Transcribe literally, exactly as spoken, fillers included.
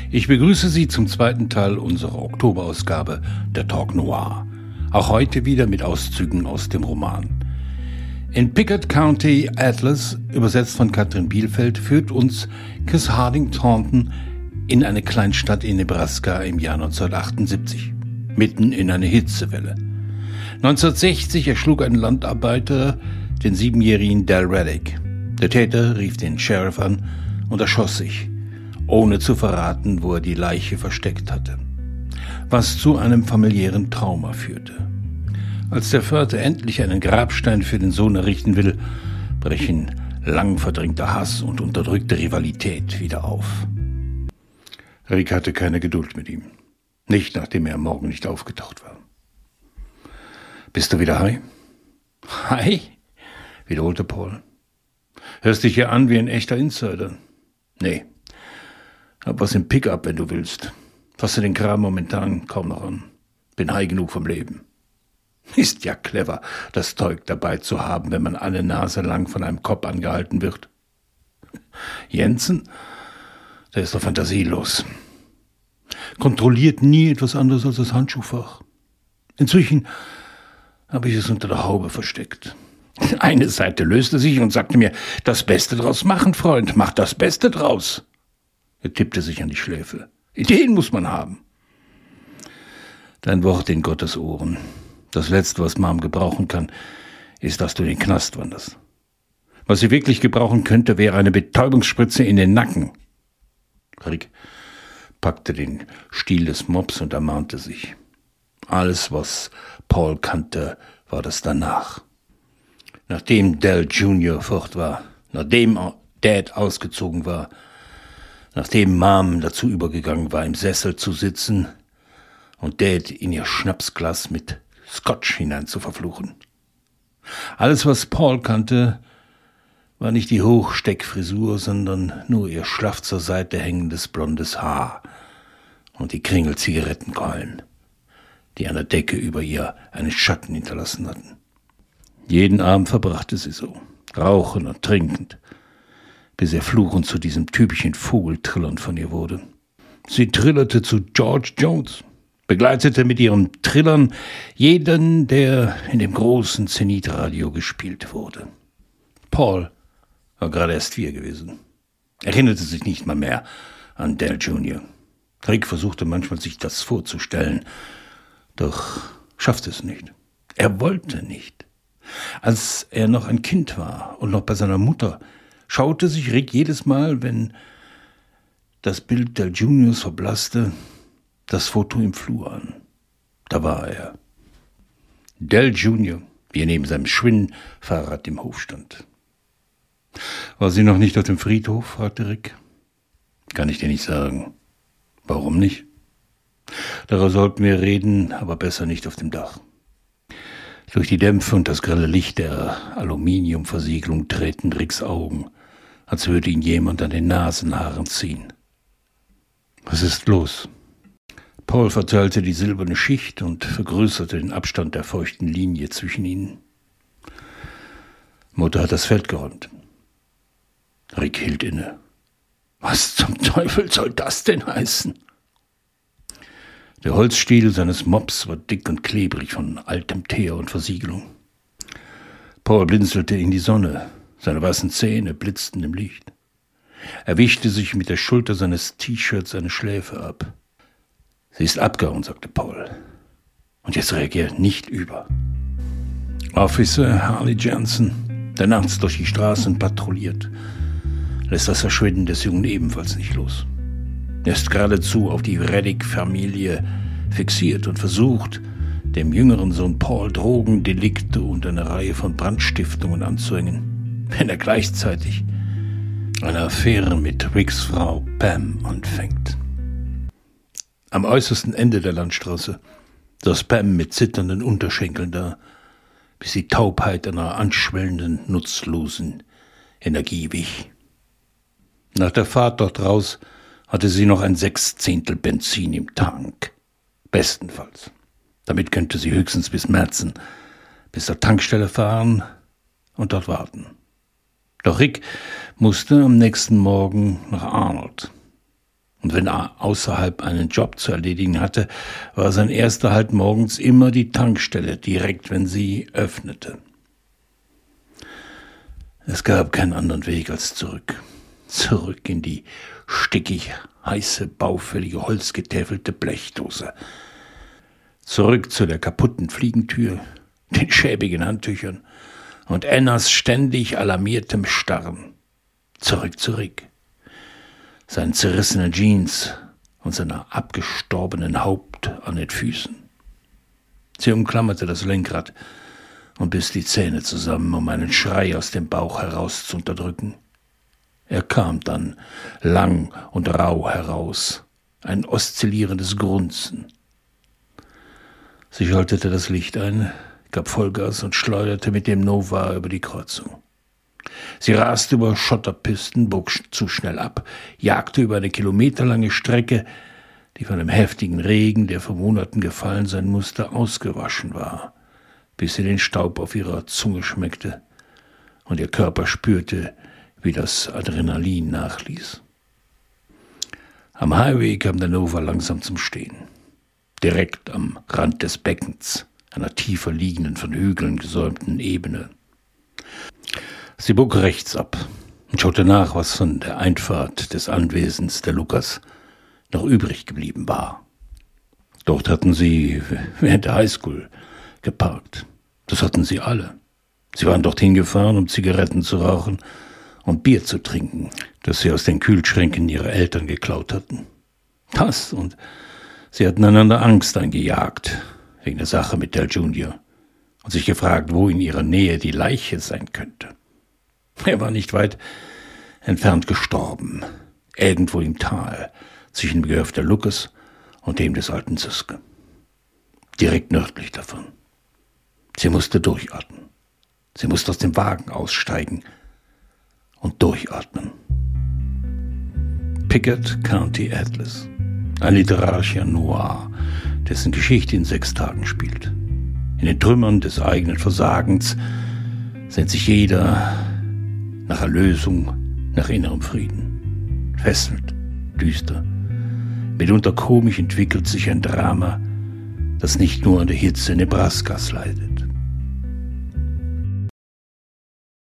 Ich begrüße Sie zum zweiten Teil unserer Oktoberausgabe der Talk Noir. Auch heute wieder mit Auszügen aus dem Roman. In Pickett County Atlas, übersetzt von Katrin Bielfeld, führt uns Chris Harding Thornton in eine Kleinstadt in Nebraska im Jahr neunzehnhundertachtundsiebzig, mitten in eine Hitzewelle. neunzehnhundertsechzig erschlug ein Landarbeiter den siebenjährigen Del Reddick. Der Täter rief den Sheriff an und erschoss sich, ohne zu verraten, wo er die Leiche versteckt hatte, was zu einem familiären Trauma führte. Als der Vater endlich einen Grabstein für den Sohn errichten will, brechen lang verdrängter Hass und unterdrückte Rivalität wieder auf. Rick hatte keine Geduld mit ihm, nicht nachdem er am Morgen nicht aufgetaucht war. »Bist du wieder high?« »High?«, wiederholte Paul. »Hörst dich ja an wie ein echter Insider.« »Nee. Hab was im Pickup, wenn du willst. Fasse den Kram momentan kaum noch an. Bin high genug vom Leben.« Ist ja clever, das Zeug dabei zu haben, wenn man eine Nase lang von einem Cop angehalten wird. Jensen, der ist doch fantasielos. Kontrolliert nie etwas anderes als das Handschuhfach. Inzwischen habe ich es unter der Haube versteckt. Eine Seite löste sich und sagte mir, das Beste draus machen, Freund, mach das Beste draus. Er tippte sich an die Schläfe. Ideen muss man haben. Dein Wort in Gottes Ohren. Das Letzte, was Mom gebrauchen kann, ist, dass du in den Knast wanderst. Was sie wirklich gebrauchen könnte, wäre eine Betäubungsspritze in den Nacken. Rick packte den Stiel des Mops und ermahnte sich. Alles, was Paul kannte, war das danach. Nachdem Del Junior fort war, nachdem Dad ausgezogen war, nachdem Mom dazu übergegangen war, im Sessel zu sitzen und Dad in ihr Schnapsglas mit Scotch hinein zu verfluchen. Alles, was Paul kannte, war nicht die Hochsteckfrisur, sondern nur ihr schlaff zur Seite hängendes blondes Haar und die Kringel-Zigarettenkeulen, die an der Decke über ihr einen Schatten hinterlassen hatten. Jeden Abend verbrachte sie so, rauchend und trinkend, bis er fluchend zu diesem typischen Vogeltrillern von ihr wurde. Sie trillerte zu George Jones, begleitete mit ihrem Trillern jeden, der in dem großen Zenith-Radio gespielt wurde. Paul war gerade erst vier gewesen, erinnerte sich nicht mal mehr an Del Junior Rick versuchte manchmal, sich das vorzustellen, doch schaffte es nicht. Er wollte nicht. Als er noch ein Kind war und noch bei seiner Mutter, schaute sich Rick jedes Mal, wenn das Bild Del Juniors verblasste, das Foto im Flur an. Da war er. Del Junior, wie er neben seinem Schwinn-Fahrrad im Hof stand. »War sie noch nicht auf dem Friedhof?« fragte Rick. »Kann ich dir nicht sagen.« »Warum nicht?« »Darüber sollten wir reden, aber besser nicht auf dem Dach.« Durch die Dämpfe und das grelle Licht der Aluminiumversiegelung treten Ricks Augen, als würde ihn jemand an den Nasenhaaren ziehen. »Was ist los?« Paul verteilte die silberne Schicht und vergrößerte den Abstand der feuchten Linie zwischen ihnen. Mutter hat das Feld geräumt. Rick hielt inne. Was zum Teufel soll das denn heißen? Der Holzstiel seines Mops war dick und klebrig von altem Teer und Versiegelung. Paul blinzelte in die Sonne, seine weißen Zähne blitzten im Licht. Er wischte sich mit der Schulter seines T-Shirts seine Schläfe ab. »Sie ist abgehauen«, sagte Paul. »Und jetzt reagiert nicht über.« Officer Harley Jansen, der nachts durch die Straßen patrouilliert, lässt das Verschwinden des Jungen ebenfalls nicht los. Er ist geradezu auf die Reddick-Familie fixiert und versucht, dem jüngeren Sohn Paul Drogendelikte und eine Reihe von Brandstiftungen anzuhängen, wenn er gleichzeitig eine Affäre mit Ricks Frau Pam anfängt. Am äußersten Ende der Landstraße saß Pam mit zitternden Unterschenkeln da, bis die Taubheit einer anschwellenden, nutzlosen Energie wich. Nach der Fahrt dort raus hatte sie noch ein Sechszehntel Benzin im Tank. Bestenfalls. Damit könnte sie höchstens bis Madsen, bis zur Tankstelle fahren und dort warten. Doch Rick musste am nächsten Morgen nach Arnold. Und wenn er außerhalb einen Job zu erledigen hatte, war sein erster Halt morgens immer die Tankstelle, direkt wenn sie öffnete. Es gab keinen anderen Weg als zurück. Zurück in die stickig heiße, baufällige, holzgetäfelte Blechdose. Zurück zu der kaputten Fliegentür, den schäbigen Handtüchern und Annas ständig alarmiertem Starren. Zurück, zurück. Seinen zerrissenen Jeans und seiner abgestorbenen Haupt an den Füßen. Sie umklammerte das Lenkrad und biss die Zähne zusammen, um einen Schrei aus dem Bauch heraus zu unterdrücken. Er kam dann lang und rau heraus, ein oszillierendes Grunzen. Sie schaltete das Licht ein, gab Vollgas und schleuderte mit dem Nova über die Kreuzung. Sie raste über Schotterpisten, bog zu schnell ab, jagte über eine kilometerlange Strecke, die von dem heftigen Regen, der vor Monaten gefallen sein musste, ausgewaschen war, bis sie den Staub auf ihrer Zunge schmeckte und ihr Körper spürte, wie das Adrenalin nachließ. Am Highway kam der Nova langsam zum Stehen, direkt am Rand des Beckens, einer tiefer liegenden, von Hügeln gesäumten Ebene. Sie bog rechts ab und schaute nach, was von der Einfahrt des Anwesens der Lucas noch übrig geblieben war. Dort hatten sie während der Highschool geparkt. Das hatten sie alle. Sie waren dorthin gefahren, um Zigaretten zu rauchen und Bier zu trinken, das sie aus den Kühlschränken ihrer Eltern geklaut hatten. Das und sie hatten einander Angst eingejagt, wegen der Sache mit Dale Junior und sich gefragt, wo in ihrer Nähe die Leiche sein könnte. Er war nicht weit entfernt gestorben, irgendwo im Tal, zwischen dem Gehöft der Lucas und dem des alten Ziske. Direkt nördlich davon. Sie musste durchatmen. Sie musste aus dem Wagen aussteigen und durchatmen. Pickett County Atlas, ein literarischer Noir, dessen Geschichte in sechs Tagen spielt. In den Trümmern des eigenen Versagens sehnt sich jeder nach Erlösung, nach innerem Frieden. Fesselnd, düster, mitunter komisch entwickelt sich ein Drama, das nicht nur an der Hitze Nebraskas leidet.